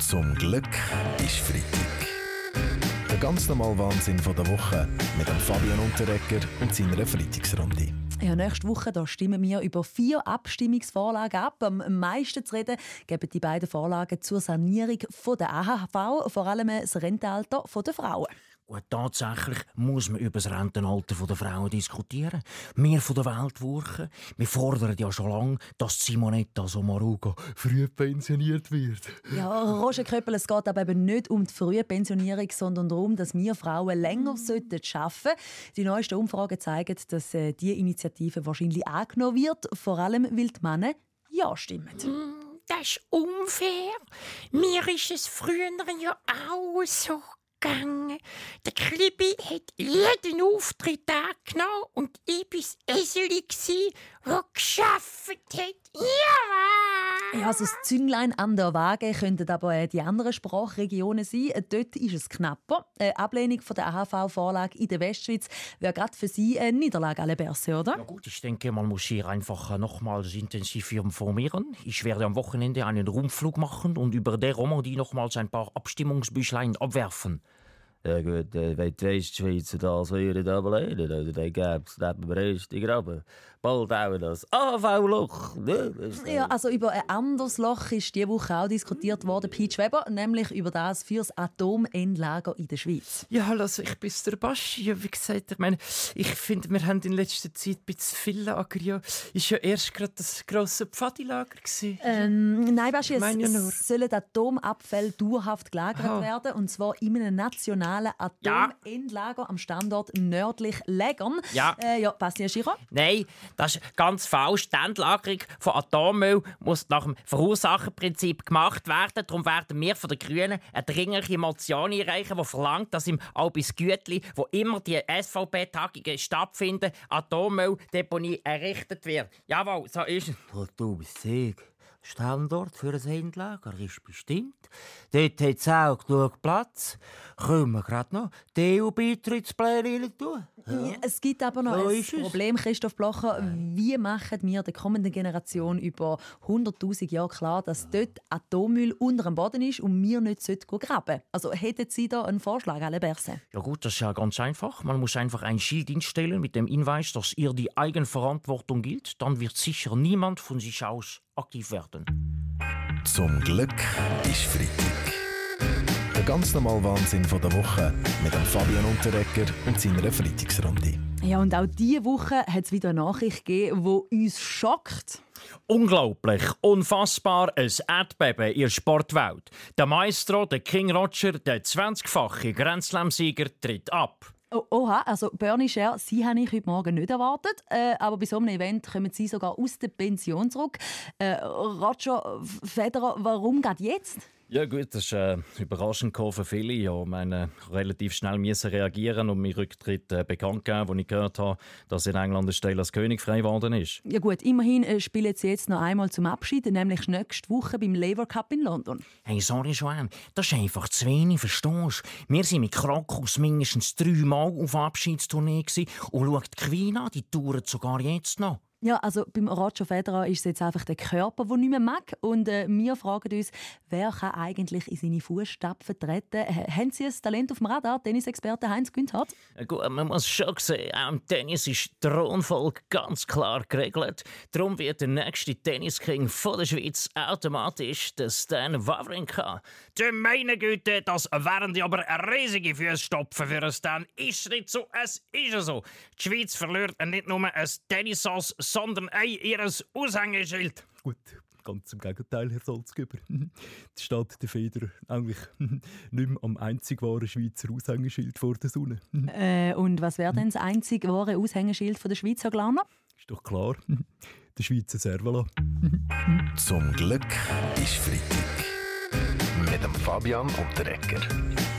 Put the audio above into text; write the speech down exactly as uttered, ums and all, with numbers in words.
Zum Glück ist Freitag. Der ganz normale Wahnsinn von der Woche mit dem Fabian Unterreger und seiner Freitagsrunde. Ja, nächste Woche da stimmen wir über vier Abstimmungsvorlagen ab. Am meisten zu reden geben die beiden Vorlagen zur Sanierung der A H V, vor allem das Rentenalter der Frauen. Und tatsächlich muss man über das Rentenalter der Frauen diskutieren. Wir von der Weltwoche, wir fordern ja schon lange, dass Simonetta Sommaruga früh pensioniert wird. Ja, Roger Köppel, es geht aber eben nicht um die frühe Pensionierung, sondern darum, dass wir Frauen länger arbeiten sollten. Die neuesten Umfragen zeigen, dass äh, diese Initiative wahrscheinlich angenommen wird, vor allem weil die Männer ja stimmen. Das ist unfair. Mir ist es früher ja auch so gegangen. Der Klibi hat jeden Auftritt angenommen und ich war das Eseli, das geschafft hat. Ja! Ja, also das Zünglein an der Waage könnten aber äh, die anderen Sprachregionen sein. Äh, dort ist es knapper. Eine Ablehnung von der A H V-Vorlage in der Westschweiz wäre gerade für Sie eine Niederlage à la Berse, oder? Ja gut, ich denke, man muss hier einfach nochmals intensiv informieren. Ich werde am Wochenende einen Rundflug machen und über der Romandie nochmals ein paar Abstimmungsbüchlein abwerfen. Ja gut, wenn die Westschweizer das würden ablehnen, dann gäbe es neben dem Rest in Graben bald auch das A V-Loch. Ne? Ja, also über ein anderes Loch ist diese Woche auch diskutiert worden, Peach Weber, nämlich über das für das Atomendlager in der Schweiz. Ja, hallo, also ich bin der Baschi. Ja, wie gesagt, ich meine, ich finde, wir haben in letzter Zeit ein bisschen viel Lager. Ja, ist ja erst gerade das grosse Pfadilager gewesen. Ähm, nein, Baschi, es, meine ja nur. es sollen Atomabfälle dauerhaft gelagert Aha. werden, und zwar in einem nationalen Atomendlager am Standort nördlich Lägern. Ja. Äh, ja, Bastien Schiro? Nein, das ist ganz falsch. Die Endlagerung von Atommüll muss nach dem Verursacherprinzip gemacht werden. Darum werden wir von den Grünen eine dringliche Motion einreichen, die verlangt, dass im Albis Gütli, wo immer die S V P-Tagungen stattfinden, Atommülldeponie errichtet wird. Jawohl, so ist es. Du bist sieg. Standort für ein Endlager ist bestimmt. Dort hat es auch genug Platz. Können wir gerade noch die E U-Beitrittspläne rein tun? Ja. Es gibt aber noch So ein ist es. Problem, Christoph Blocher. Wie machen wir der kommenden Generation über hunderttausend Jahre klar, dass dort Atommüll unter dem Boden ist und wir nicht graben sollten? Also hätten Sie da einen Vorschlag, alle Berse? Ja gut, das ist ja ganz einfach. Man muss einfach ein Schild instellen mit dem Hinweis, dass ihr die Eigenverantwortung gilt. Dann wird sicher niemand von sich aus aktiv werden. Zum Glück ist Freitag. Der ganz normale Wahnsinn von der Woche mit dem Fabian Unterreger und seiner Freitagsrunde. Ja, und auch diese Woche hat es wieder eine Nachricht gegeben, die uns schockt. Unglaublich, unfassbar, ein Erdbeben in der Sportwelt. Der Maestro, der King Roger, der zwanzigfache Grand Slam-Sieger, tritt ab. Oh, oha, also Bernie Scher, Sie habe ich heute Morgen nicht erwartet. Äh, aber bei so einem Event kommen Sie sogar aus der Pension zurück. Äh, Roger Federer, warum gerade jetzt? Ja gut, das ist äh, überraschend für viele. Ja, meine, relativ schnell müssen reagieren und meinen Rücktritt äh, bekannt geben, wo ich gehört habe, dass in England eine Stelle als König frei geworden ist. Ja gut, immerhin äh, spielen Sie jetzt noch einmal zum Abschied, nämlich nächste Woche beim Laver Cup in London. Hey, sorry, Joanne, das ist einfach zu wenig, verstehst du? Wir waren mit Krakus mindestens dreimal auf Abschiedstournee und schau die Queen an, die touren sogar jetzt noch. Ja, also beim Roger Federer ist es jetzt einfach der Körper, der nicht mehr mag. Und äh, wir fragen uns, wer kann eigentlich in seine Fußstapfen treten? H- haben Sie ein Talent auf dem Radar, Tennisexperte Heinz Günthardt? Ja, gut, man muss schon sehen, auch im Tennis ist die Thronfolge ganz klar geregelt. Darum wird der nächste Tennisking von der Schweiz automatisch der Stan Wawrinka. Du meine Güte, das wären die aber riesige Fußstapfen für einen Stan. Ist nicht so, es ist so. Die Schweiz verliert nicht nur ein Tennisass, sondern auch ihr Aushängeschild. Gut, ganz im Gegenteil, Herr Salzgeber. Die Stadt der Federer eigentlich nicht mehr am einzig wahren Schweizer Aushängeschild vor der Sonne. Äh, und was wäre denn das einzige wahre Aushängeschild von der Schweiz, Herr Glarner? Ist doch klar, der Schweizer Servala. Zum Glück ist Freitag. Mit dem Fabian Unterreger.